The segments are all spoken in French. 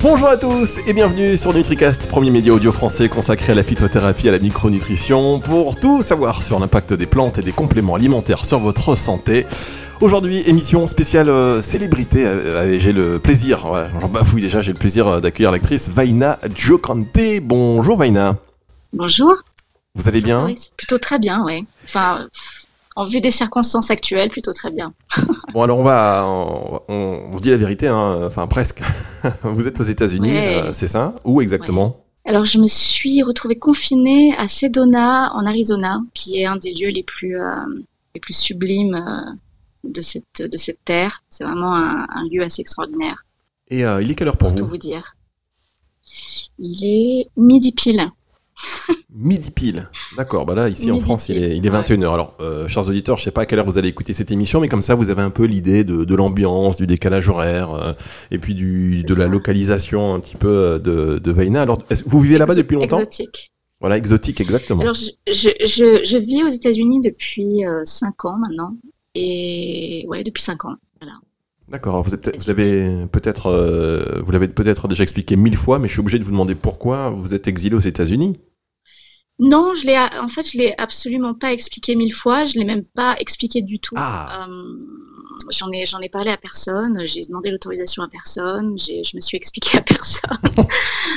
Bonjour à tous et bienvenue sur NutriCast, premier média audio français consacré à la phytothérapie et à la micronutrition, pour tout savoir sur l'impact des plantes et des compléments alimentaires sur votre santé. Aujourd'hui, émission spéciale célébrité, j'ai le plaisir, j'en bafouille déjà, j'ai le plaisir d'accueillir l'actrice Vaina Giocante. Bonjour Vaina. Bonjour. Vous allez bien ? Oui, plutôt très bien, oui. Enfin, en vue des circonstances actuelles, plutôt très bien. Bon alors on vous dit la vérité, enfin presque. Vous êtes aux États-Unis, ouais. C'est ça ? Où exactement ? Ouais. Alors je me suis retrouvée confinée à Sedona, en Arizona, qui est un des lieux les plus sublimes de cette terre. C'est vraiment un lieu assez extraordinaire. Et il est quelle heure pour vous ? Tout vous dire. Il est midi pile. Midi pile, d'accord, bah là ici midi en France pile. il est 21h. Alors chers auditeurs, je sais pas à quelle heure vous allez écouter cette émission, mais comme ça vous avez un peu l'idée de l'ambiance, du décalage horaire, et puis de la localisation un petit peu de Vaina. Alors vous vivez là-bas depuis longtemps ? Exotique. Voilà, exotique, exactement. Alors je vis aux États-Unis depuis 5 ans maintenant, et ouais, depuis 5 ans, voilà. D'accord, alors vous l'avez peut-être déjà expliqué 1000 fois, mais je suis obligé de vous demander pourquoi vous êtes exilé aux États-Unis. Non, je l'ai absolument pas expliqué 1000 fois. Je l'ai même pas expliqué du tout. Ah. J'en ai parlé à personne. J'ai demandé l'autorisation à personne. Je me suis expliqué à personne. Pourquoi ?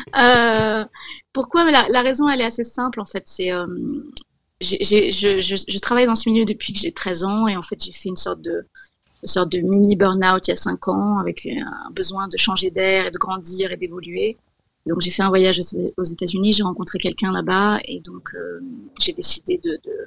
Mais la raison, elle est assez simple en fait. C'est je travaille dans ce milieu depuis que j'ai 13 ans et en fait j'ai fait une sorte de mini burn-out il y a 5 ans avec un besoin de changer d'air et de grandir et d'évoluer. Donc j'ai fait un voyage aux États-Unis, j'ai rencontré quelqu'un là-bas et donc j'ai décidé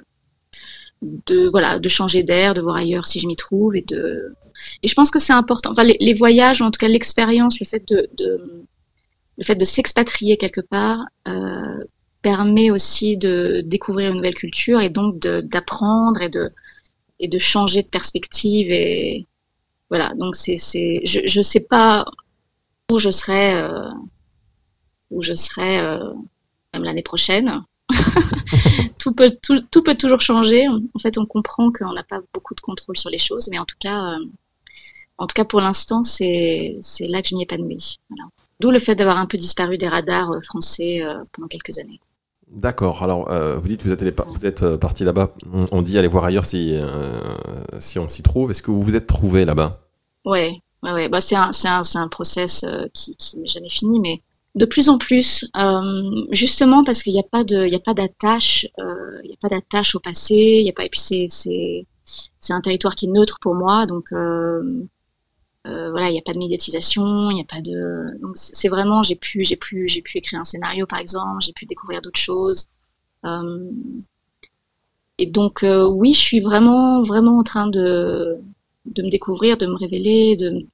de changer d'air, de voir ailleurs si je m'y trouve et je pense que c'est important. Enfin les voyages, en tout cas l'expérience, le fait de s'expatrier quelque part permet aussi de découvrir une nouvelle culture et donc d'apprendre et de changer de perspective et voilà. Donc je sais pas où je serai même l'année prochaine. tout peut toujours changer. En fait, on comprend qu'on n'a pas beaucoup de contrôle sur les choses, mais en tout cas pour l'instant, c'est là que je m'y épanouis. Voilà. D'où le fait d'avoir un peu disparu des radars français pendant quelques années. D'accord, alors vous dites que vous êtes parti là-bas, on dit aller voir ailleurs si on s'y trouve. Est-ce que vous vous êtes trouvé là-bas ? Ouais. Bah, c'est un process qui n'est jamais fini, mais de plus en plus, justement parce qu'il n'y a pas d'attache, il y a pas d'attache au passé, et puis c'est un territoire qui est neutre pour moi, donc voilà, il n'y a pas de médiatisation, il n'y a pas de, donc c'est vraiment j'ai pu écrire un scénario par exemple, j'ai pu découvrir d'autres choses, et donc oui, je suis vraiment en train de me découvrir, de me révéler,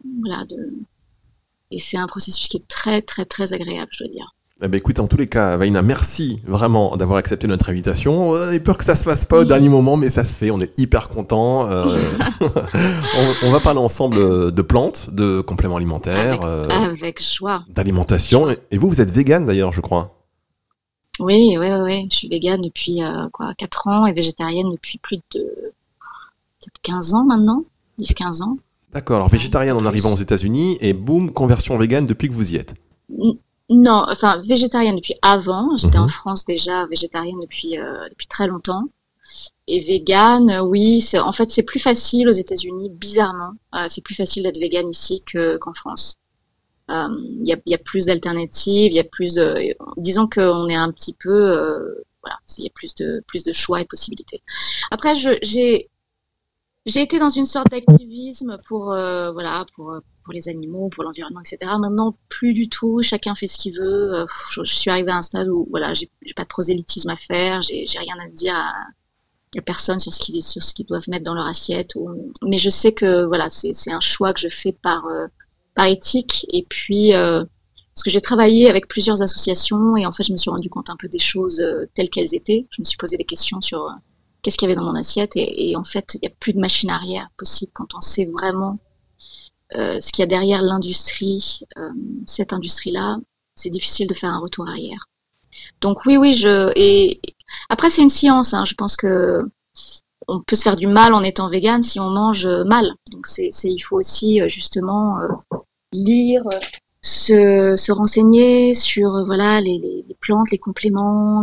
et c'est un processus qui est très, très, très agréable, je dois dire. Eh ben écoute, en tous les cas, Vaina, merci vraiment d'avoir accepté notre invitation. On a peur que ça se fasse pas au dernier moment, mais ça se fait, on est hyper contents. On va parler ensemble de plantes, de compléments alimentaires. Avec joie. D'alimentation. Et vous êtes végane d'ailleurs, je crois. Oui, je suis végane depuis 4 ans et végétarienne depuis plus de peut-être 15 ans maintenant, 10-15 ans. D'accord, alors végétarienne en arrivant aux États-Unis et boum, conversion végane depuis que vous y êtes. Non, enfin végétarienne depuis avant. J'étais en France déjà végétarienne depuis très longtemps. Et végane, oui, en fait c'est plus facile aux États-Unis, bizarrement. C'est plus facile d'être végane ici qu'en France. Il y a plus d'alternatives, il y a plus de, disons qu'on est un petit peu, voilà, il y a plus de choix et de possibilités. Après, j'ai été dans une sorte d'activisme pour les animaux, pour l'environnement, etc. Maintenant, plus du tout. Chacun fait ce qu'il veut. Je suis arrivée à un stade où voilà, j'ai pas de prosélytisme à faire. J'ai rien à dire à personne sur ce qu'ils doivent mettre dans leur assiette. Mais je sais que voilà, c'est un choix que je fais par éthique. Et puis parce que j'ai travaillé avec plusieurs associations et en fait, je me suis rendu compte un peu des choses telles qu'elles étaient. Je me suis posé des questions sur qu'est-ce qu'il y avait dans mon assiette et en fait, il n'y a plus de machine arrière possible quand on sait vraiment ce qu'il y a derrière l'industrie, cette industrie-là. C'est difficile de faire un retour arrière. Donc oui, et après c'est une science. Je pense que on peut se faire du mal en étant végane si on mange mal. Donc il faut aussi justement lire se renseigner sur voilà les plantes, les compléments,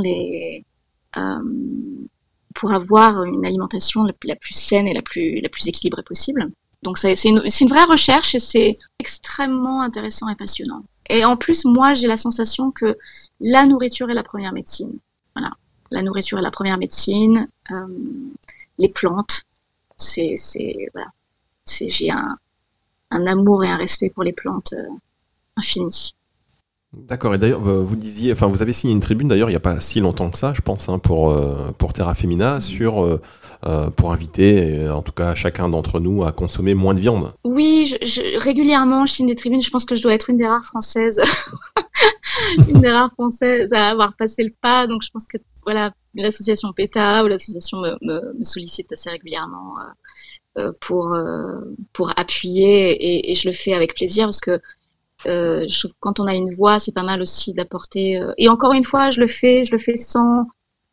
pour avoir une alimentation la plus saine et la plus équilibrée possible. Donc c'est une vraie recherche et c'est extrêmement intéressant et passionnant. Et en plus, moi, j'ai la sensation que la nourriture est la première médecine. Voilà, la nourriture est la première médecine. Les plantes, voilà, j'ai un amour et un respect pour les plantes infini. D'accord, et d'ailleurs, vous disiez, enfin, vous avez signé une tribune, d'ailleurs, il n'y a pas si longtemps que ça, je pense, hein, pour Terra Femina, pour inviter, en tout cas, chacun d'entre nous à consommer moins de viande. Oui, régulièrement, je signe des tribunes. Je pense que je dois être une des rares Françaises, une des rares Françaises à avoir passé le pas. Donc, je pense que, voilà, l'association PETA ou l'association me sollicite assez régulièrement pour appuyer et je le fais avec plaisir parce que je trouve que quand on a une voix, c'est pas mal aussi d'apporter. Et encore une fois, je le fais sans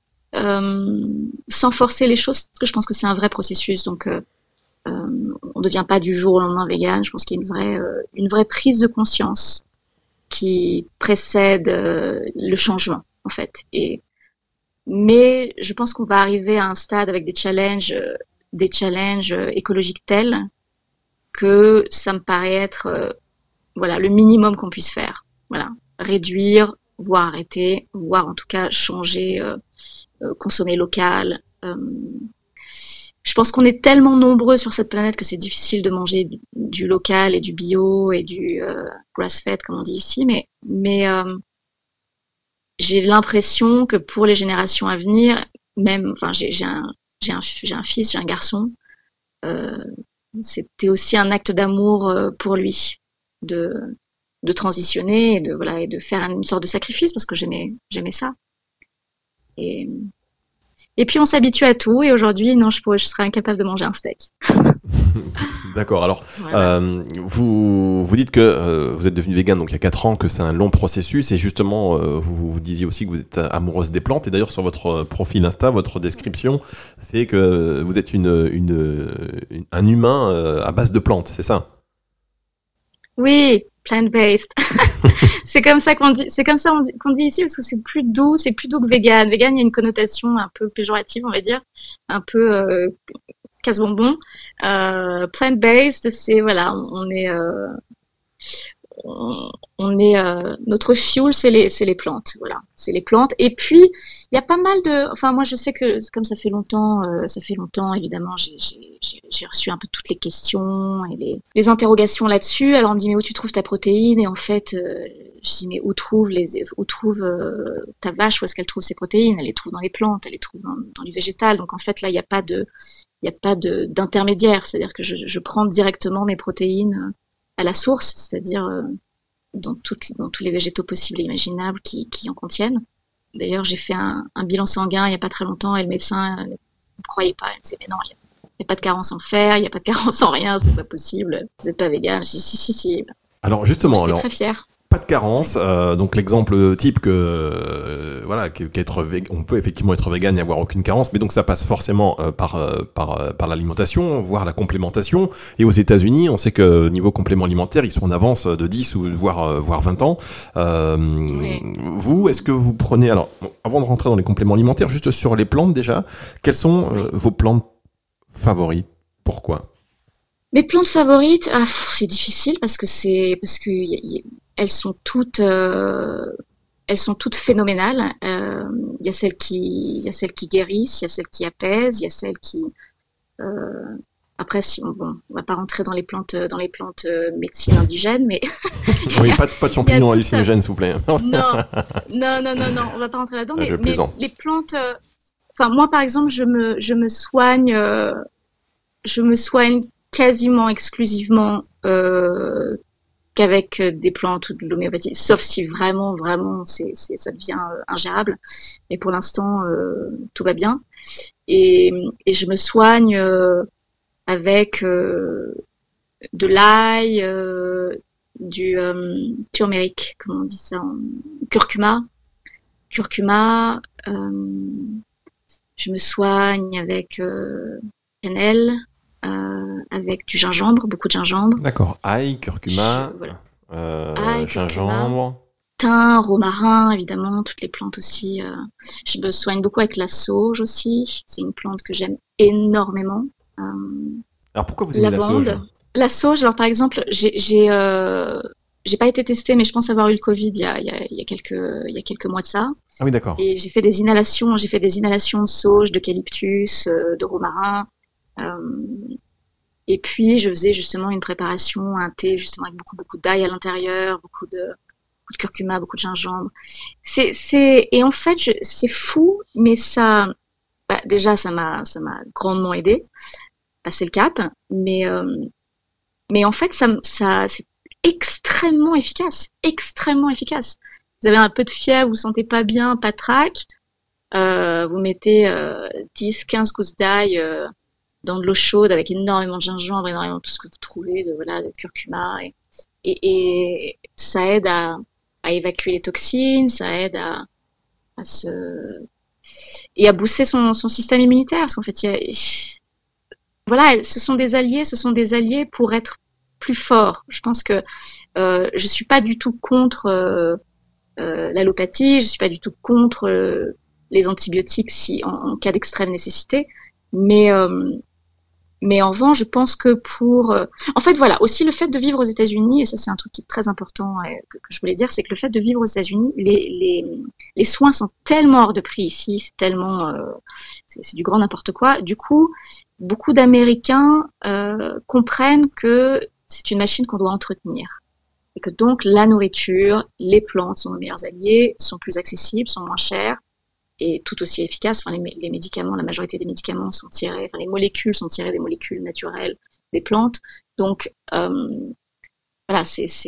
forcer les choses, parce que je pense que c'est un vrai processus. Donc, on devient pas du jour au lendemain vegan. Je pense qu'il y a une vraie prise de conscience qui précède le changement, en fait. Mais je pense qu'on va arriver à un stade avec des challenges écologiques tels que ça me paraît être voilà, le minimum qu'on puisse faire. Voilà, réduire, voire arrêter, voire en tout cas changer, consommer local. Je pense qu'on est tellement nombreux sur cette planète que c'est difficile de manger du local et du bio et du grass-fed, comme on dit ici. Mais j'ai l'impression que pour les générations à venir, même, enfin, j'ai un fils, j'ai un garçon. C'était aussi un acte d'amour pour lui de transitionner et de faire une sorte de sacrifice parce que j'aimais ça. Et puis on s'habitue à tout et aujourd'hui non je serais incapable de manger un steak. D'accord, alors voilà. vous dites que vous êtes devenue végane donc il y a 4 ans, que c'est un long processus et justement vous disiez aussi que vous êtes amoureuse des plantes et d'ailleurs sur votre profil Insta, votre description c'est que vous êtes un humain à base de plantes, c'est ça? Oui, plant-based. C'est comme ça qu'on dit ici parce que c'est plus doux que vegan. Vegan, il y a une connotation un peu péjorative, on va dire, un peu casse-bonbon. Plant-based, c'est voilà, on est notre fuel, c'est les plantes, voilà, c'est les plantes. Et puis il y a pas mal enfin moi je sais que comme ça fait longtemps évidemment j'ai reçu un peu toutes les questions et les interrogations là-dessus. Alors on me dit mais où tu trouves ta protéine et en fait je dis mais où trouve ta vache, où est-ce qu'elle trouve ses protéines? Elle les trouve dans les plantes, elle les trouve dans du végétal. Donc en fait là il n'y a pas d'intermédiaire, c'est-à-dire que je prends directement mes protéines à la source, c'est-à-dire dans tous les végétaux possibles et imaginables qui en contiennent. D'ailleurs, j'ai fait un bilan sanguin il n'y a pas très longtemps et le médecin ne me croyait pas. Il me disait mais non, il n'y a pas de carence en fer, il n'y a pas de carence en rien, c'est pas possible. Vous n'êtes pas vegan? Je dis si. Alors justement, j'étais très fière. Pas de carence, donc l'exemple type que voilà, on peut effectivement être vegan et avoir aucune carence, mais donc ça passe forcément par l'alimentation, voire la complémentation. Et aux États-Unis, on sait que niveau complément alimentaire, ils sont en avance de 10 ou voire 20 ans. Oui. Vous, est-ce que vous prenez, alors avant de rentrer dans les compléments alimentaires, juste sur les plantes déjà, quelles sont vos plantes favorites? Pourquoi? Mes plantes favorites, c'est difficile parce que elles sont toutes phénoménales. Il y a celles qui guérissent, il y a celles qui apaisent, il y a celles qui après si on va pas rentrer dans les plantes médecine indigène, mais oui, pas de champignons hallucinogènes s'il vous plaît. Non, on va pas rentrer là-dedans. Mais les plantes, enfin moi par exemple, je me soigne quasiment exclusivement qu'avec des plantes ou de l'homéopathie, sauf si vraiment ça devient ingérable. Mais pour l'instant, tout va bien. Et je me soigne avec de l'ail, du turmeric, comment on dit ça, curcuma. Je me soigne avec cannelle. Avec du gingembre, beaucoup de gingembre. D'accord, ail, curcuma. Voilà. Ail, curcuma, gingembre. thym, romarin, évidemment, toutes les plantes aussi. Je me soigne beaucoup avec la sauge aussi. C'est une plante que j'aime énormément. Euh, Alors pourquoi vous aimez la sauge? lavande. La sauge, alors par exemple, j'ai pas été testée, mais je pense avoir eu le Covid il y a quelques mois de ça. Ah oui, d'accord. Et j'ai fait des inhalations de sauge, d'eucalyptus, de romarin. Euh, et puis, je faisais justement une préparation, un thé, justement, avec beaucoup d'ail à l'intérieur, beaucoup de curcuma, beaucoup de gingembre. Et en fait, c'est fou, mais ça, bah, déjà, ça m'a grandement aidé, passer le cap. Mais en fait, c'est extrêmement efficace, extrêmement efficace. Vous avez un peu de fièvre, vous vous sentez pas bien, patraque, vous mettez 10-15 gousses d'ail dans de l'eau chaude avec énormément de gingembre, énormément de tout ce que vous trouvez, de curcuma. Et ça aide à évacuer les toxines, ça aide à se... et à booster son système immunitaire. Parce qu'en fait, voilà, ce sont des alliés pour être plus forts. Je pense que je suis pas du tout contre l'allopathie, je suis pas du tout contre les antibiotiques si en cas d'extrême nécessité, mais mais en revanche, je pense que en fait, voilà, aussi le fait de vivre aux États-Unis, et ça c'est un truc qui est très important que je voulais dire, c'est que le fait de vivre aux États-Unis, les soins sont tellement hors de prix ici, c'est tellement, c'est du grand n'importe quoi. Du coup, beaucoup d'Américains comprennent que c'est une machine qu'on doit entretenir. Et que donc la nourriture, les plantes sont nos meilleurs alliés, sont plus accessibles, sont moins chères et tout aussi efficaces. Enfin, les médicaments, la majorité des médicaments sont tirés, enfin les molécules sont tirées des molécules naturelles des plantes. Donc voilà,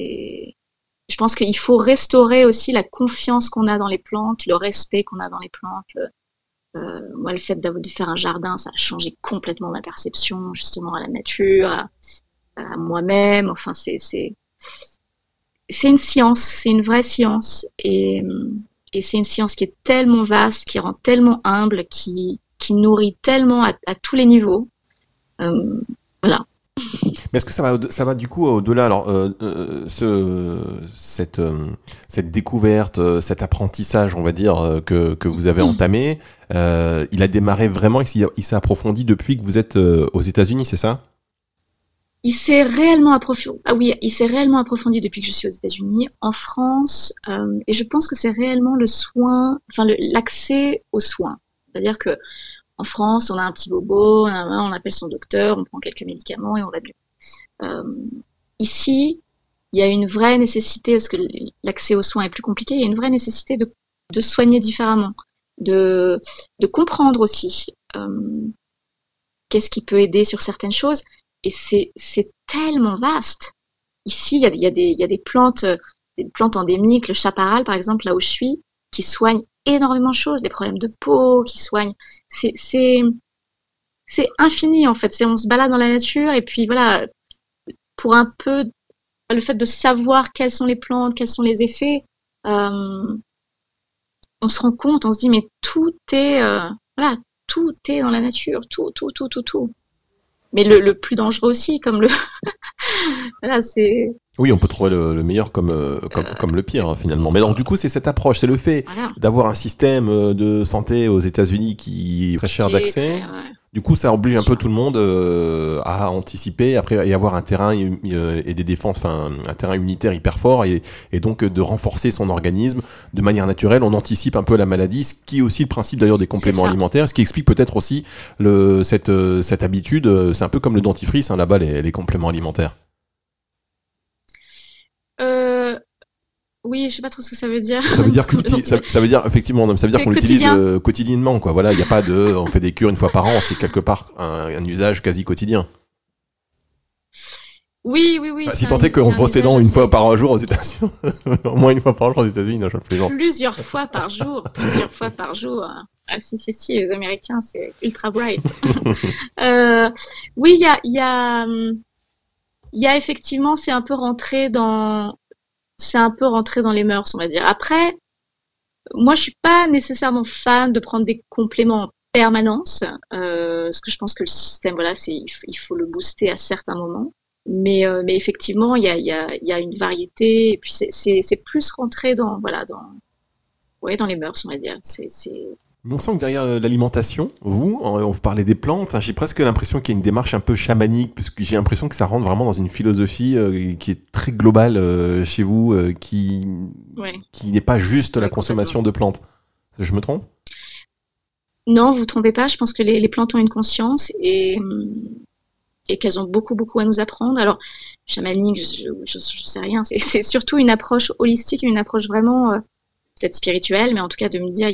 je pense qu'il faut restaurer aussi la confiance qu'on a dans les plantes, le respect qu'on a dans les plantes. Moi, le fait de faire un jardin, ça a changé complètement ma perception justement à la nature, à moi-même. Enfin, c'est une science, c'est une vraie science. Et c'est une science qui est tellement vaste, qui rend tellement humble, qui nourrit tellement à tous les niveaux. Voilà. Mais est-ce que ça va du coup au-delà? Alors, cette découverte, cet apprentissage, on va dire, que vous avez entamé, il a démarré vraiment, il s'est approfondi depuis que vous êtes aux États-Unis, c'est ça? Il s'est réellement approfondi. Ah oui, il s'est réellement approfondi depuis que je suis aux États-Unis. En France, et je pense que c'est réellement le soin, enfin l'accès aux soins. C'est-à-dire que en France, on a un petit bobo, on appelle son docteur, on prend quelques médicaments et on va mieux. Ici, il y a une vraie nécessité, parce que l'accès aux soins est plus compliqué, il y a une vraie nécessité de soigner différemment, de comprendre aussi qu'est-ce qui peut aider sur certaines choses. Et c'est tellement vaste. Ici, il y a des plantes endémiques, le chaparral, par exemple, là où je suis, qui soignent énormément de choses, des problèmes de peau, qui soignent. C'est infini, en fait. On se balade dans la nature, et puis voilà, pour un peu, le fait de savoir quelles sont les plantes, quels sont les effets, on se rend compte, on se dit, mais tout est, voilà, tout est dans la nature, tout. Mais le plus dangereux aussi, comme le... voilà, c'est... Oui, on peut trouver le meilleur comme le pire finalement. Mais donc du coup, c'est cette approche, c'est le fait Voilà. d'avoir un système de santé aux États-Unis qui est très cher d'accès. Ouais. Du coup, ça oblige un peu tout le monde à anticiper, après et avoir un terrain et des défenses, enfin un terrain immunitaire hyper fort et donc de renforcer son organisme de manière naturelle. On anticipe un peu la maladie, ce qui est aussi le principe d'ailleurs des compléments alimentaires, ce qui explique peut-être aussi cette habitude. C'est un peu comme le dentifrice là-bas, les compléments alimentaires. Oui, je sais pas trop ce que ça veut dire. Ça veut dire ça veut dire effectivement, ça veut dire qu'on l'utilise quotidiennement, quoi. Voilà, il n'y a pas on fait des cures une fois par an, c'est quelque part un usage quasi quotidien. Oui. Si tant est qu'on se brosse les dents une fois par jour aux États-Unis, au moins une fois par jour aux États-Unis, non, je plaisante. Plusieurs fois par jour. Ah si, les Américains, c'est ultra bright. Oui, il y a effectivement, c'est un peu rentré dans les mœurs, on va dire. Après, moi, je suis pas nécessairement fan de prendre des compléments en permanence, parce que je pense que le système, voilà, il faut le booster à certains moments. Mais effectivement, il y a une variété, et puis c'est plus rentré dans les mœurs, on va dire. Mais on sent que derrière l'alimentation, on parlait des plantes, hein, j'ai presque l'impression qu'il y a une démarche un peu chamanique, puisque j'ai l'impression que ça rentre vraiment dans une philosophie qui est très globale chez vous, qui n'est pas juste la consommation de plantes. Je me trompe ? Non, vous ne trompez pas, je pense que les plantes ont une conscience et qu'elles ont beaucoup, beaucoup à nous apprendre. Alors, chamanique, je sais rien, c'est surtout une approche holistique, une approche vraiment peut-être spirituelle, mais en tout cas de me dire,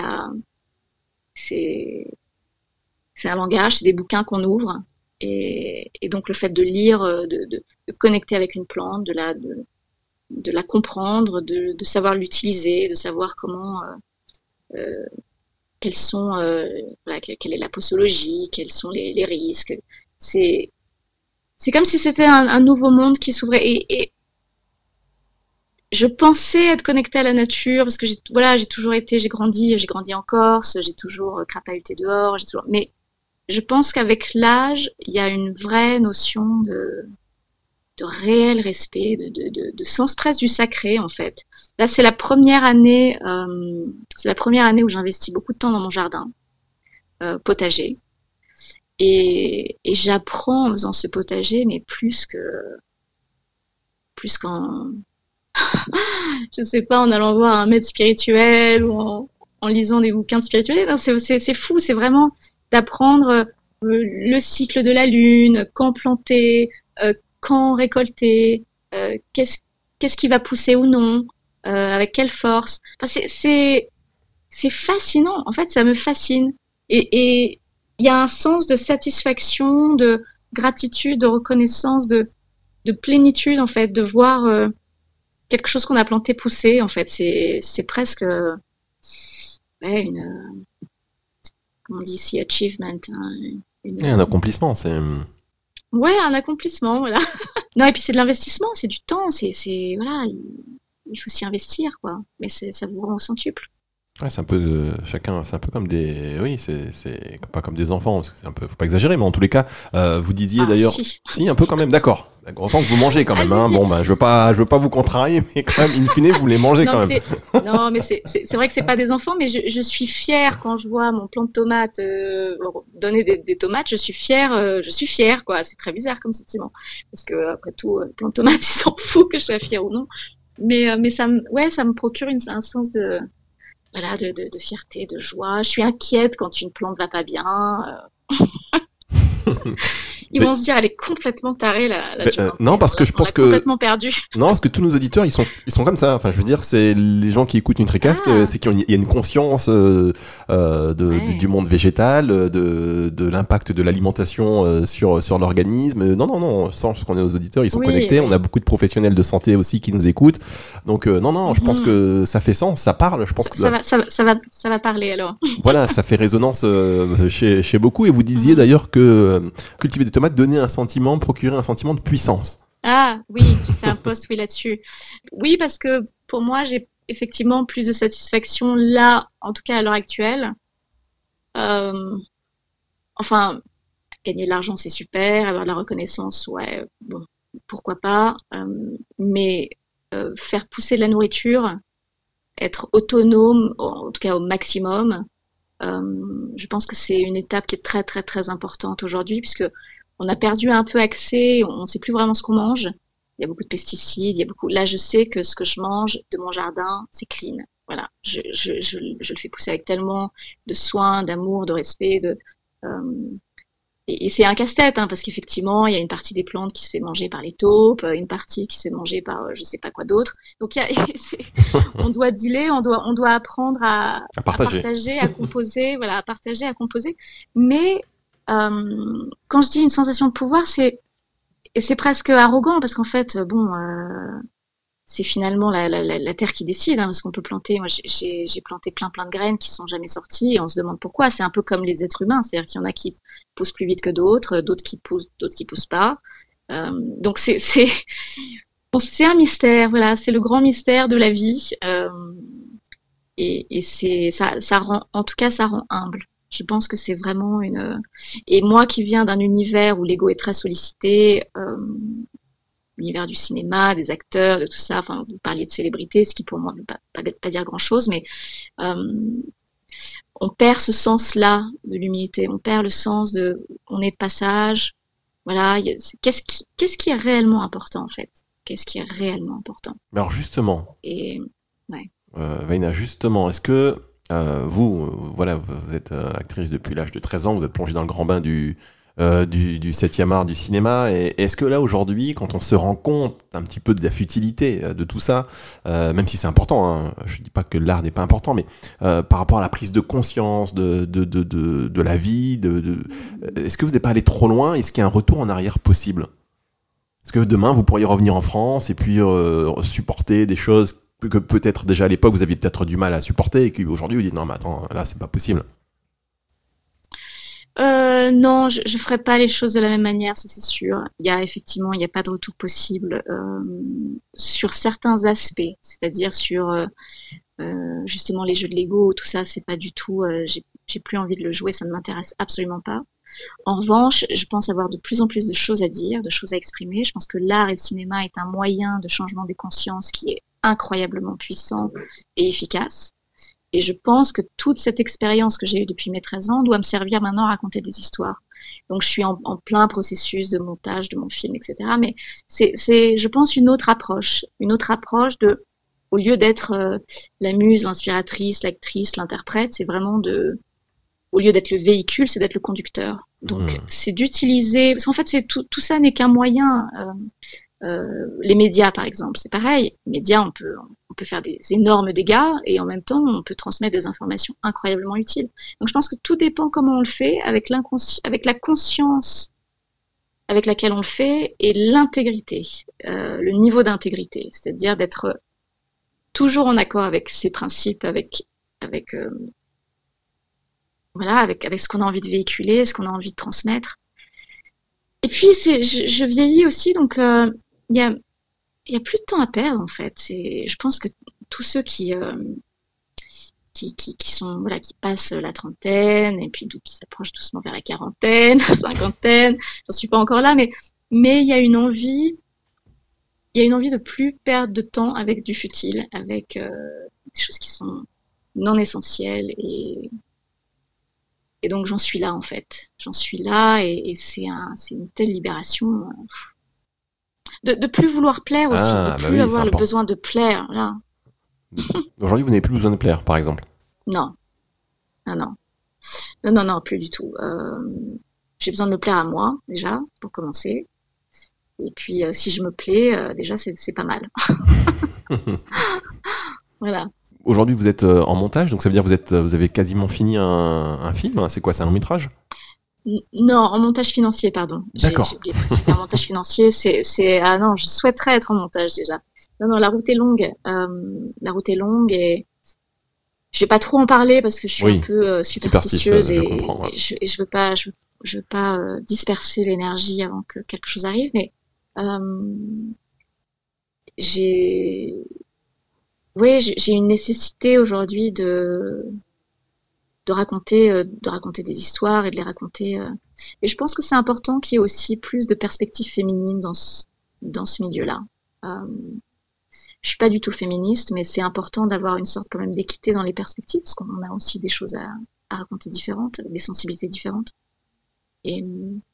c'est un langage, c'est des bouquins qu'on ouvre, et donc le fait de lire, de connecter avec une plante, de la comprendre, de savoir l'utiliser, de savoir comment, quels sont, quelle est la posologie, quels sont les risques. C'est comme si c'était un nouveau monde qui s'ouvrait, et je pensais être connectée à la nature parce que j'ai grandi en Corse, j'ai toujours crapahuté dehors, mais je pense qu'avec l'âge, il y a une vraie notion de réel respect, de sens presque du sacré en fait. Là, c'est la première année où j'investis beaucoup de temps dans mon jardin potager, et j'apprends en faisant ce potager, mais plus qu'en je sais pas, en allant voir un maître spirituel ou en lisant des bouquins de spiritualité. Non, c'est fou, c'est vraiment d'apprendre le cycle de la lune, quand planter, quand récolter, qu'est-ce qui va pousser ou non, avec quelle force. Enfin, c'est fascinant, en fait, ça me fascine. Et il y a un sens de satisfaction, de gratitude, de reconnaissance, de plénitude, en fait, de voir quelque chose qu'on a planté pousser, en fait. C'est presque une, comment on dit ici, achievement. Un accomplissement, c'est... Ouais, un accomplissement, voilà. Non, et puis c'est de l'investissement, c'est du temps, voilà, il faut s'y investir, quoi. Mais ça vous rend au centuple. Ouais, c'est un peu c'est un peu comme c'est pas comme des enfants, parce que c'est un peu, faut pas exagérer, mais en tous les cas, vous disiez d'ailleurs, si, un peu quand même, d'accord. Enfant que vous mangez quand même, hein. Bon, je veux pas vous contrarier, mais quand même, in fine, vous les mangez quand même. Non, mais c'est vrai que c'est pas des enfants, mais je suis fière quand je vois mon plant de tomates donner des tomates. Je suis fière, quoi. C'est très bizarre comme sentiment, parce que après tout, le plant de tomates, il s'en fout que je sois fière ou non. Mais ça me procure un sens de fierté, de joie. Je suis inquiète quand une plante va pas bien. Ils vont se dire, elle est complètement tarée, non, parce que je pense que complètement perdue. Non, parce que tous nos auditeurs, ils sont comme ça. Enfin, je veux dire, c'est les gens qui écoutent NutriCast, c'est qu'il y a une conscience du monde végétal, de l'impact de l'alimentation sur l'organisme. Non, je pense qu'on est aux auditeurs, ils sont connectés. Oui. On a beaucoup de professionnels de santé aussi qui nous écoutent. Donc je pense que ça fait sens, ça parle. Je pense que ça va parler alors. Voilà, ça fait résonance chez beaucoup. Et vous disiez d'ailleurs que cultiver des tomates procurer un sentiment de puissance. Ah oui, tu fais un post là-dessus. Oui, parce que pour moi, j'ai effectivement plus de satisfaction là, en tout cas à l'heure actuelle. Enfin, gagner de l'argent, c'est super, avoir de la reconnaissance, ouais, bon, pourquoi pas. Mais faire pousser de la nourriture, être autonome, en tout cas au maximum, je pense que c'est une étape qui est très, très, très importante aujourd'hui, puisque on a perdu un peu accès, on ne sait plus vraiment ce qu'on mange. Il y a beaucoup de pesticides, Là, je sais que ce que je mange de mon jardin, c'est clean. Voilà, je le fais pousser avec tellement de soin, d'amour, de respect, et c'est un casse-tête, hein, parce qu'effectivement, il y a une partie des plantes qui se fait manger par les taupes, une partie qui se fait manger par je sais pas quoi d'autre. Donc on doit dealer, on doit apprendre à partager, à composer, voilà, à partager, à composer. Mais quand je dis une sensation de pouvoir, c'est presque arrogant, parce qu'en fait, c'est finalement la terre qui décide, hein, parce qu'on peut planter. Moi, j'ai planté plein de graines qui sont jamais sorties, et on se demande pourquoi. C'est un peu comme les êtres humains, c'est-à-dire qu'il y en a qui poussent plus vite que d'autres qui poussent pas. Donc c'est un mystère, voilà, c'est le grand mystère de la vie, et ça rend, en tout cas, ça rend humble. Je pense que c'est vraiment et moi qui viens d'un univers où l'ego est très sollicité, l'univers du cinéma, des acteurs, de tout ça. Enfin, vous parliez de célébrité, ce qui pour moi ne veut pas dire grand-chose, mais on perd ce sens-là de l'humilité. On perd le sens de on est de passage. Voilà, qu'est-ce qui est réellement important en fait? Qu'est-ce qui est réellement important? Mais alors justement, et ouais. Vaina, justement, est-ce que vous, voilà, vous êtes actrice depuis l'âge de 13 ans, vous êtes plongée dans le grand bain du 7e art du cinéma, et est-ce que là aujourd'hui, quand on se rend compte un petit peu de la futilité de tout ça, même si c'est important, hein, je dis pas que l'art n'est pas important, mais par rapport à la prise de conscience de la vie, est-ce que vous n'êtes pas allé trop loin? Est-ce qu'il y a un retour en arrière possible? Est-ce que demain vous pourriez revenir en France et puis supporter des choses que peut-être déjà à l'époque vous aviez peut-être du mal à supporter et qu'aujourd'hui vous dites non mais attends, là c'est pas possible? Non, je ferai pas les choses de la même manière, ça c'est sûr. Il y a pas de retour possible sur certains aspects, c'est-à-dire sur justement les jeux de Lego, tout ça, c'est pas du tout. J'ai plus envie de le jouer, ça ne m'intéresse absolument pas. En revanche, je pense avoir de plus en plus de choses à dire, de choses à exprimer. Je pense que l'art et le cinéma est un moyen de changement des consciences qui est incroyablement puissant et efficace. Et je pense que toute cette expérience que j'ai eue depuis mes 13 ans doit me servir maintenant à raconter des histoires. Donc je suis en plein processus de montage de mon film, etc. Mais c'est je pense, une autre approche de, au lieu d'être la muse, l'inspiratrice, l'actrice, l'interprète, c'est vraiment au lieu d'être le véhicule, c'est d'être le conducteur. Donc c'est d'utiliser, parce qu'en fait tout ça n'est qu'un moyen. Les médias, par exemple, c'est pareil. Les médias, on peut faire des énormes dégâts et en même temps, on peut transmettre des informations incroyablement utiles. Donc, je pense que tout dépend comment on le fait, avec la conscience avec laquelle on le fait et l'intégrité, le niveau d'intégrité, c'est-à-dire d'être toujours en accord avec ses principes, avec ce qu'on a envie de véhiculer, ce qu'on a envie de transmettre. Et puis, je vieillis aussi, donc il y a plus de temps à perdre en fait. Je pense que tous ceux qui sont qui passent la trentaine et puis qui s'approchent doucement vers la quarantaine, la cinquantaine, j'en suis pas encore là, mais il y a une envie de plus perdre de temps avec du futile, avec des choses qui sont non essentielles et donc j'en suis là en fait. J'en suis là et c'est une telle libération. De plus vouloir plaire aussi, de plus avoir le besoin de plaire. Là. Aujourd'hui, vous n'avez plus besoin de plaire, par exemple? Non, plus du tout. J'ai besoin de me plaire à moi, déjà, pour commencer. Et puis, si je me plais, déjà, c'est pas mal. Voilà. Aujourd'hui, vous êtes en montage, donc ça veut dire que vous avez quasiment fini un film, hein. C'est quoi, c'est un long métrage? Non, en montage financier, pardon. D'accord. J'ai oublié de préciser, en montage financier, ah non, je souhaiterais être en montage déjà. Non, la route est longue. La route est longue et je vais pas trop en parler parce que je suis un peu superstitieuse et je veux pas disperser l'énergie avant que quelque chose arrive. Mais j'ai une nécessité aujourd'hui de raconter des histoires et de les raconter. Et je pense que c'est important qu'il y ait aussi plus de perspectives féminines dans ce milieu-là. Je suis pas du tout féministe, mais c'est important d'avoir une sorte quand même d'équité dans les perspectives, parce qu'on a aussi des choses à raconter différentes, des sensibilités différentes. Et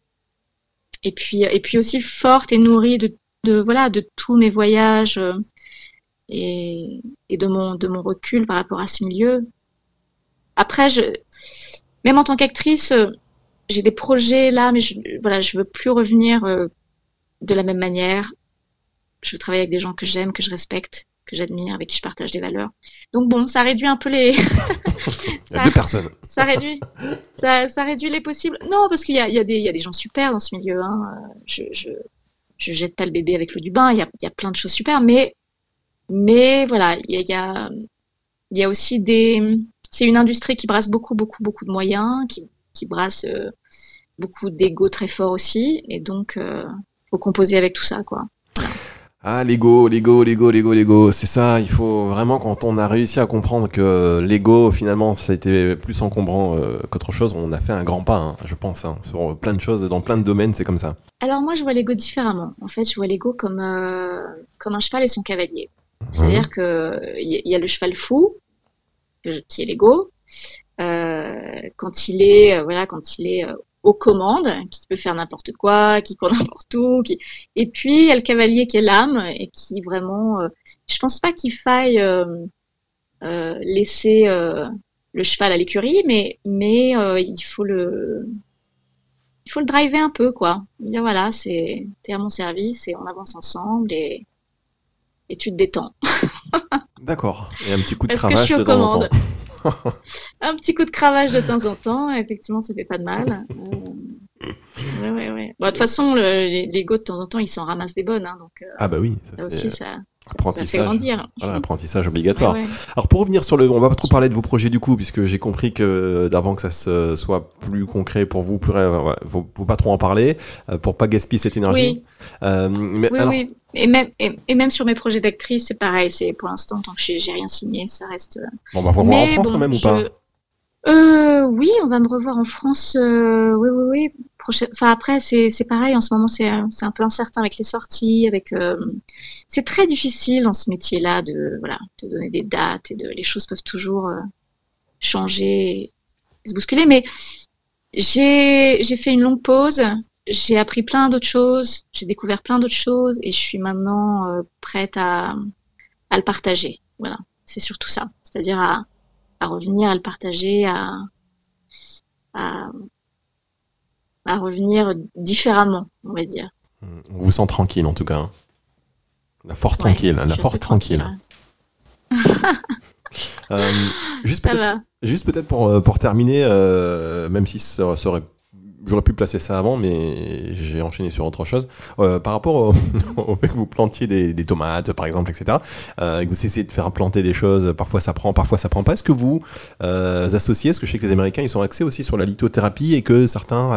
puis aussi forte et nourrie de tous mes voyages et de mon recul par rapport à ce milieu. Après, même en tant qu'actrice, j'ai des projets là, mais je veux plus revenir de la même manière. Je veux travailler avec des gens que j'aime, que je respecte, que j'admire, avec qui je partage des valeurs. Donc bon, ça réduit un peu les... Il y a deux personnes. Ça réduit les possibles. Non, parce qu'il y a des gens super dans ce milieu. Hein. Je jette pas le bébé avec l'eau du bain. Il y a plein de choses super, mais voilà, il y a aussi c'est une industrie qui brasse beaucoup, beaucoup, beaucoup de moyens, qui brasse beaucoup d'ego très fort aussi, et donc faut composer avec tout ça, quoi. Ah, l'ego, c'est ça, il faut vraiment, quand on a réussi à comprendre que l'ego, finalement, ça a été plus encombrant qu'autre chose, on a fait un grand pas, hein, je pense, hein, sur plein de choses, dans plein de domaines, c'est comme ça. Alors moi, je vois l'ego différemment. En fait, je vois l'ego comme un cheval et son cavalier. Mhm. C'est-à-dire que il y a le cheval fou, qui est l'ego, quand il est aux commandes, qui peut faire n'importe quoi, qui court n'importe où, et puis il y a le cavalier qui est l'âme et qui vraiment, je pense pas qu'il faille laisser le cheval à l'écurie, mais il faut le driver un peu quoi. Dire voilà, t'es à mon service et on avance ensemble et tu te détends D'accord, et un petit coup de parce que je suis cravache aux de temps en temps. commandes. Un petit coup de cravache de temps en temps, effectivement, ça fait pas de mal. Ouais, ouais, ouais. Bon, de toute façon, l'ego, de temps en temps, il s'en ramasse des bonnes, hein, donc Ah bah oui, ça ça c'est aussi, ça fait apprentissage. grandir. Voilà, apprentissage Ouais, obligatoire. ouais. Alors pour revenir sur on va pas trop parler de vos projets du coup, puisque j'ai compris que d'avant que ça soit plus concret pour vous, voilà, faut pas trop en parler, pour pas gaspiller cette énergie. Oui, Mais oui, alors, oui. Et même sur mes projets d'actrice, c'est pareil. C'est pour l'instant, tant que j'ai rien signé, ça reste. bon, on va vous revoir en Mais France quand bon, même ou pas? oui, on va me revoir en France. Oui, oui, oui. Enfin, après, c'est pareil. En ce moment, c'est un peu incertain avec les sorties, c'est très difficile dans ce métier-là de donner des dates les choses peuvent toujours changer, se bousculer. Mais j'ai fait une longue pause. J'ai appris plein d'autres choses. J'ai découvert plein d'autres choses et je suis maintenant prête à le partager. Voilà, c'est surtout ça. C'est-à-dire à revenir, à le partager, à, à revenir différemment, on va dire. On vous sent tranquille en tout cas, hein. La force Ouais, tranquille, je la suis force assez tranquille. tranquille. Ouais. Euh, Ça va. juste peut-être pour terminer, même si j'aurais pu placer ça avant, mais j'ai enchaîné sur autre chose. Par rapport au, au fait que vous plantiez des tomates, par exemple, etc., et que vous essayez de faire planter des choses, parfois ça prend, parfois ça prend pas. Est-ce que vous associez, parce que je sais que les Américains, ils sont axés aussi sur la lithothérapie et que certains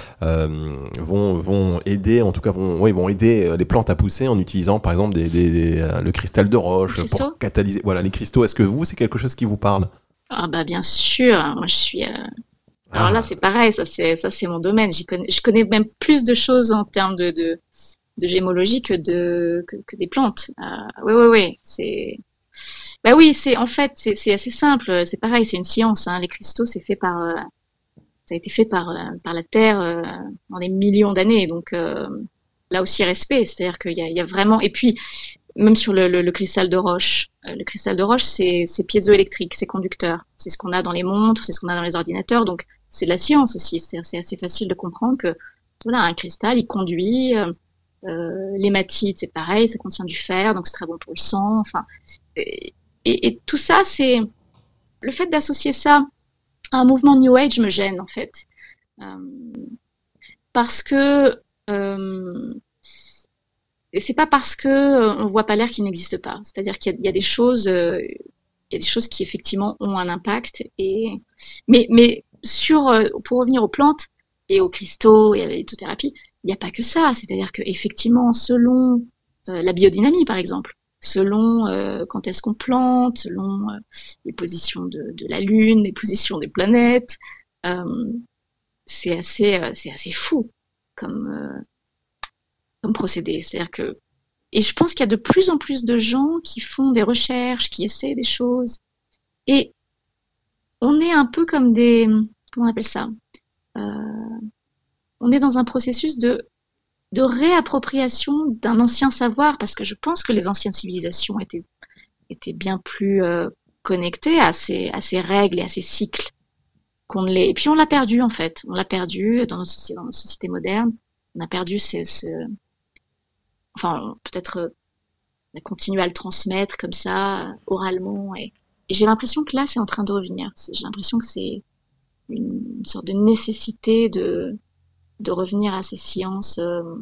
vont aider, en tout cas, vont aider les plantes à pousser en utilisant, par exemple, le cristal de Les roche pour cristaux? catalyser. Voilà, les cristaux. Est-ce que vous, c'est quelque chose qui vous parle? Ah bah bien sûr. Moi je suis. Alors là Ah, c'est pareil. Ça c'est mon domaine. Je connais même plus de choses en termes de gémologie que des plantes. Oui oui oui. Bah oui c'est en fait c'est assez simple. C'est pareil. C'est une science. Hein. Les cristaux c'est fait ça a été fait par la Terre dans des millions d'années. Donc là aussi respect. C'est-à-dire qu'il y a vraiment. Et puis même sur le cristal de roche. Le cristal de roche, c'est piézoélectrique, c'est conducteur. C'est ce qu'on a dans les montres, c'est ce qu'on a dans les ordinateurs. Donc, c'est de la science aussi. C'est assez facile de comprendre que, voilà, un cristal, il conduit. L'hématite, c'est pareil, ça contient du fer, donc c'est très bon pour le sang. Enfin, et tout ça, c'est le fait d'associer ça à un mouvement New Age me gêne en fait, euh, parce que et c'est pas parce que on voit pas l'air qu'il n'existe pas. C'est-à-dire qu'il y a des choses, il y a des choses qui effectivement ont un impact. Mais pour revenir aux plantes et aux cristaux et à la lithothérapie, il n'y a pas que ça. C'est-à-dire que effectivement, selon la biodynamie par exemple, selon quand est-ce qu'on plante, selon les positions de la lune, les positions des planètes, euh, c'est assez fou comme comme procédé. C'est-à-dire que et je pense qu'il y a de plus en plus de gens qui font des recherches, qui essaient des choses. Et on est un peu comme comment on appelle ça on est dans un processus de réappropriation d'un ancien savoir, parce que je pense que les anciennes civilisations étaient bien plus connectées à ces règles et à ces cycles qu'on ne l'est. Et puis on l'a perdu en fait. On l'a perdu dans notre société moderne. On a perdu enfin peut-être continuer à le transmettre comme ça, oralement. Et j'ai l'impression que là, c'est en train de revenir. J'ai l'impression que c'est une sorte de nécessité de revenir à ces sciences,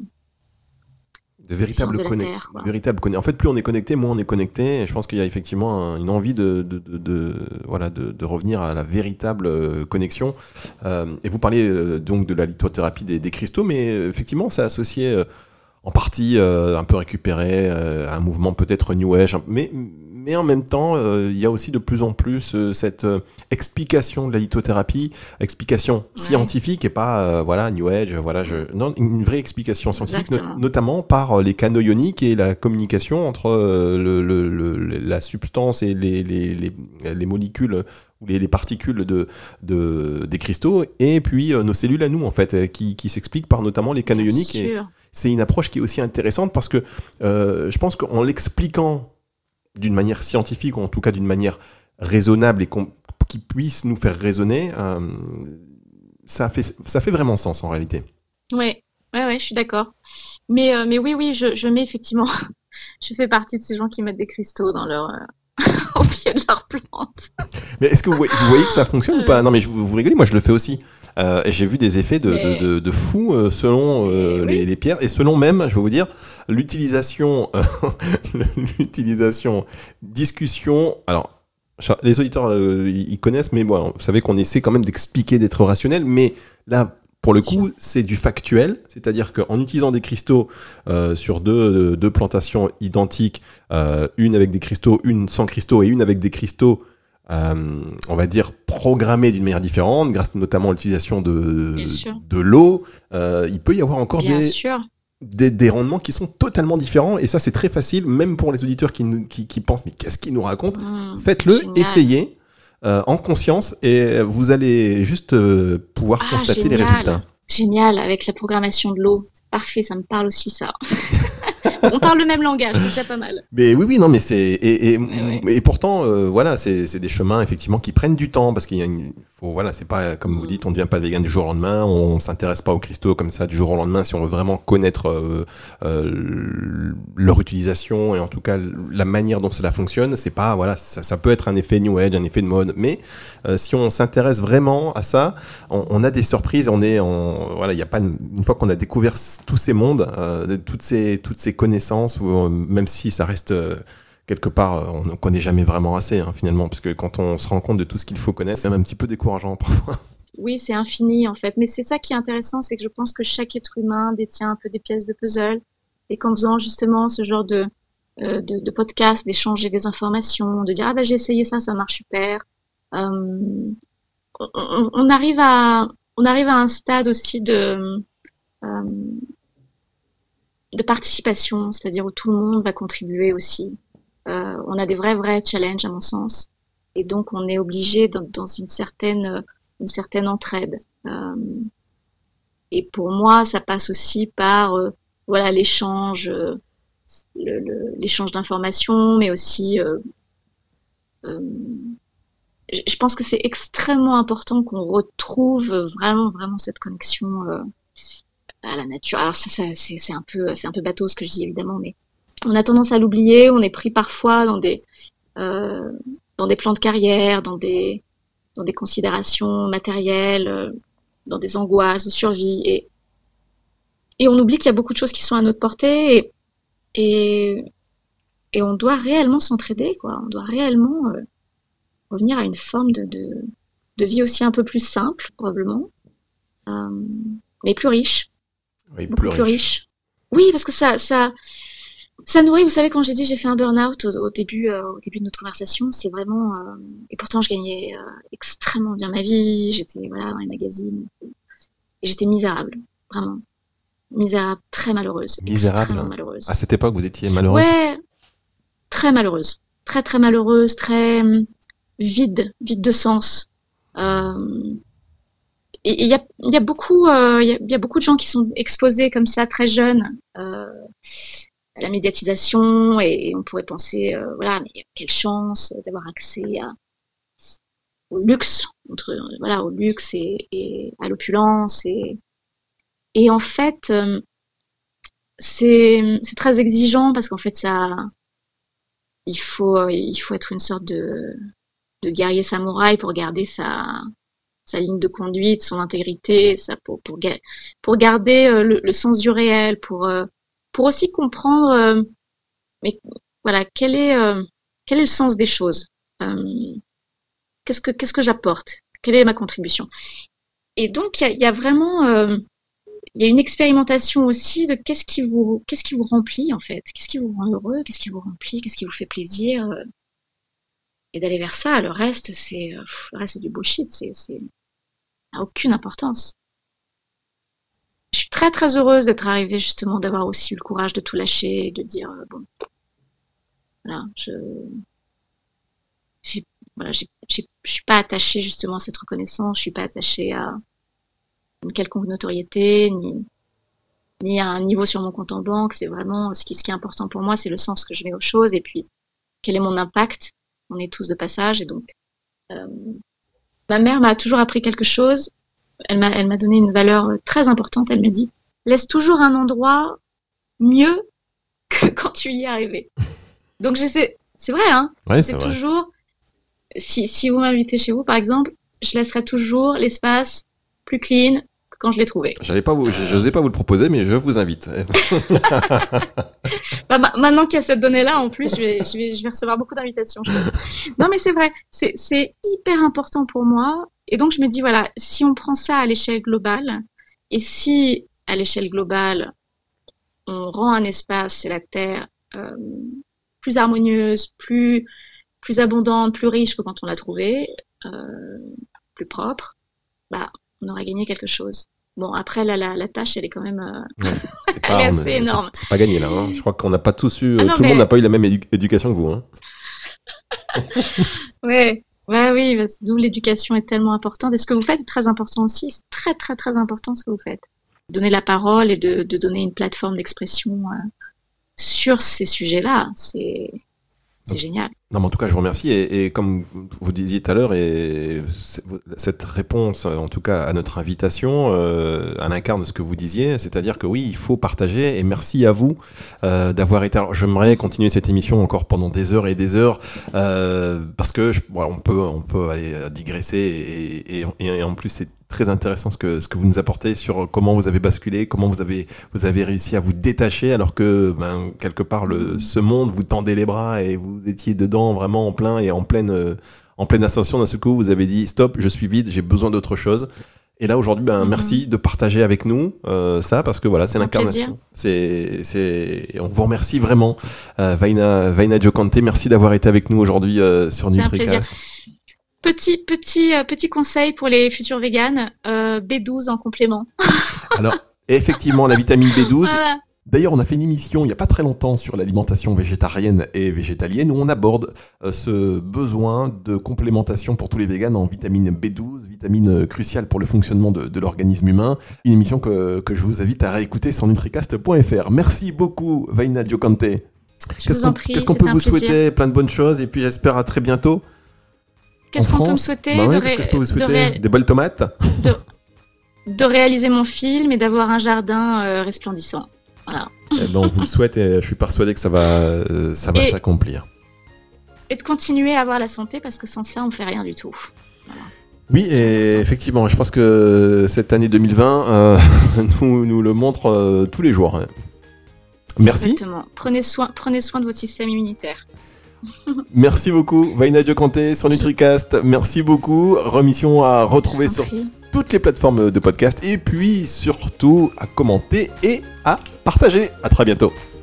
ces sciences de la Terre. De Quoi. véritables en fait, plus on est connecté, moins on est connecté. Et je pense qu'il y a effectivement une envie voilà, de revenir à la véritable connexion. Et vous parliez donc de la lithothérapie des cristaux, mais effectivement, c'est associé en partie un peu récupéré, un mouvement peut-être New Age, mais en même temps, il y a aussi de plus en plus cette explication de la lithothérapie, explication scientifique et pas voilà New Age, non, une vraie explication scientifique, notamment par les canaux ioniques et la communication entre la substance et les molécules ou les particules des cristaux et puis nos cellules à nous en fait, qui s'expliquent par notamment les canaux ioniques. Et c'est une approche qui est aussi intéressante parce que je pense qu'en l'expliquant d'une manière scientifique, ou en tout cas d'une manière raisonnable et qui puisse nous faire raisonner, ça fait vraiment sens en réalité. Ouais, je suis d'accord. Mais oui, je mets effectivement, je fais partie de ces gens qui mettent des cristaux dans leur au pied de leurs plantes. Mais est-ce que vous voyez que ça fonctionne ou pas? Non, mais vous rigolez, moi je le fais aussi. Et j'ai vu des effets de fou selon les pierres et selon même, je vais vous dire, l'utilisation, discussion. Alors, les auditeurs, ils connaissent, mais bon, vous savez qu'on essaie quand même d'expliquer, d'être rationnel, mais là, pour le coup, c'est du factuel, c'est-à-dire qu'en utilisant des cristaux sur deux plantations identiques, une avec des cristaux, une sans cristaux et une avec des cristaux, on va dire programmés d'une manière différente, grâce notamment à l'utilisation de l'eau, il peut y avoir encore des rendements qui sont totalement différents, et ça c'est très facile, même pour les auditeurs qui pensent mais qu'est-ce qu'ils nous racontent, faites-le, essayez. En conscience et vous allez juste pouvoir constater les résultats. Génial, avec la programmation de l'eau. C'est parfait, ça me parle aussi ça. On parle le même langage, c'est déjà pas mal. Mais oui, non, mais c'est et pourtant, voilà, c'est des chemins effectivement qui prennent du temps parce qu'il y a voilà, c'est pas comme vous dites, on ne devient pas vegan du jour au lendemain, on s'intéresse pas aux cristaux comme ça du jour au lendemain si on veut vraiment connaître leur utilisation et en tout cas la manière dont cela fonctionne. C'est pas voilà, ça peut être un effet New Age, un effet de mode, mais si on s'intéresse vraiment à ça, on a des surprises. Voilà, il y a pas une fois qu'on a découvert tous ces mondes, toutes ces connaissances, même si ça reste quelque part, on ne connaît jamais vraiment assez, finalement, parce que quand on se rend compte de tout ce qu'il faut connaître, c'est même un petit peu décourageant parfois. Oui, c'est infini en fait, mais c'est ça qui est intéressant, c'est que je pense que chaque être humain détient un peu des pièces de puzzle, et qu'en faisant justement ce genre de podcast, d'échanger des informations, de dire j'ai essayé ça marche super, on arrive à un stade aussi de participation, c'est-à-dire où tout le monde va contribuer aussi. On a des vrais challenges à mon sens, et donc on est obligé dans une certaine entraide. Et pour moi, ça passe aussi par voilà l'échange, l'échange d'informations, mais aussi je pense que c'est extrêmement important qu'on retrouve vraiment cette connexion à la nature. Alors ça c'est un peu bateau ce que je dis évidemment, mais on a tendance à l'oublier. On est pris parfois dans des plans de carrière, dans des considérations matérielles, dans des angoisses de survie, et on oublie qu'il y a beaucoup de choses qui sont à notre portée, et on doit réellement s'entraider, quoi. On doit réellement revenir à une forme de vie aussi un peu plus simple, probablement, mais plus riche. Oui, beaucoup plus riche. Oui, parce que ça nourrit. Vous savez, quand j'ai dit j'ai fait un burn-out au début de notre conversation, c'est vraiment et pourtant je gagnais extrêmement bien ma vie, j'étais dans les magazines, et j'étais misérable, vraiment misérable, très malheureuse. Misérable. Malheureuse. À cette époque, vous étiez malheureuse. Ouais, très malheureuse, très malheureuse, très vide de sens. Et il y a beaucoup de gens qui sont exposés comme ça très jeunes à la médiatisation, et on pourrait penser mais quelle chance d'avoir accès au luxe, au luxe et à l'opulence, et en fait c'est très exigeant, parce qu'en fait il faut être une sorte de guerrier samouraï pour garder sa ligne de conduite, son intégrité, ça pour garder le sens du réel, pour aussi comprendre mais voilà, quel est le sens des choses, qu'est-ce que j'apporte, quelle est ma contribution. Et donc il y a vraiment il y a une expérimentation aussi de qu'est-ce qui vous remplit en fait, qu'est-ce qui vous rend heureux, qu'est-ce qui vous remplit, qu'est-ce qui vous fait plaisir, et d'aller vers ça. Le reste, c'est du bullshit, ça n'a aucune importance. Je suis très très heureuse d'être arrivée justement, d'avoir aussi eu le courage de tout lâcher et de dire bon, voilà, je suis pas attachée justement à cette reconnaissance, je suis pas attachée à une quelconque notoriété, ni à un niveau sur mon compte en banque. C'est vraiment ce qui est important pour moi, c'est le sens que je mets aux choses et puis quel est mon impact. On est tous de passage et donc ma mère m'a toujours appris quelque chose. Elle m'a donné une valeur très importante. Elle m'a dit laisse toujours un endroit mieux que quand tu y es arrivé. Donc c'est vrai, hein. Ouais, c'est vrai. Toujours si vous m'invitez chez vous par exemple, je laisserai toujours l'espace plus clean que quand je l'ai trouvé. J'osais pas vous le proposer, mais je vous invite. Maintenant qu'il y a cette donnée-là, en plus, je vais recevoir beaucoup d'invitations. Non, mais c'est vrai, c'est hyper important pour moi. Et donc, je me dis, voilà, si on prend ça à l'échelle globale, et si, à l'échelle globale, on rend un espace, c'est la Terre, plus harmonieuse, plus abondante, plus riche que quand on l'a trouvée, plus propre, on aura gagné quelque chose. Bon, après, là, la tâche, elle est quand même elle est assez énorme. C'est pas gagné, là. Hein. Je crois qu'on n'a pas tous eu... tout le monde n'a pas eu la même éducation que vous. Hein. Oui, d'où l'éducation est tellement importante. Et ce que vous faites est très important aussi. C'est très, très, très important ce que vous faites. Donner la parole et de donner une plateforme d'expression sur ces sujets-là, c'est génial. Non, mais en tout cas, je vous remercie. Et comme vous disiez tout à l'heure, et cette réponse, en tout cas à notre invitation, elle incarne ce que vous disiez, c'est-à-dire que oui, il faut partager. Et merci à vous d'avoir été. Alors, j'aimerais continuer cette émission encore pendant des heures et des heures, parce que on peut aller digresser. Et en plus, c'est très intéressant ce que vous nous apportez sur comment vous avez basculé, comment vous avez réussi à vous détacher, alors que quelque part ce monde vous tendait les bras et vous étiez dedans vraiment en pleine ascension. D'un seul coup, vous avez dit stop, je suis vide, j'ai besoin d'autre chose. Et là aujourd'hui, merci de partager avec nous ça, parce que voilà, c'est l'incarnation. On vous remercie vraiment, Vaina Diokante. Merci d'avoir été avec nous aujourd'hui sur NutriCast. Petit conseil pour les futurs véganes, B12 en complément. Alors, effectivement, la vitamine B12. Voilà. D'ailleurs, on a fait une émission il n'y a pas très longtemps sur l'alimentation végétarienne et végétalienne où on aborde ce besoin de complémentation pour tous les véganes en vitamine B12, vitamine cruciale pour le fonctionnement de l'organisme humain. Une émission que je vous invite à réécouter sur nutricast.fr. Merci beaucoup, Vaina Diokante. Qu'est-ce qu'on peut vous souhaiter? Plein de bonnes choses et puis j'espère à très bientôt. Qu'est-ce qu'on peut me souhaiter? Qu'est-ce que je peux vous souhaiter? Des belles tomates? De réaliser mon film et d'avoir un jardin resplendissant. Voilà. On vous le souhaite et je suis persuadé que ça va s'accomplir. Et de continuer à avoir la santé parce que sans ça, on ne fait rien du tout. Voilà. Oui, et effectivement, je pense que cette année 2020 nous le montre tous les jours. Merci. Exactement. Prenez soin de votre système immunitaire. Merci beaucoup, Vaina Diokante sur NutriCast. Merci beaucoup. Remission à retrouver sur toutes les plateformes de podcast et puis surtout à commenter et à partager. À très bientôt.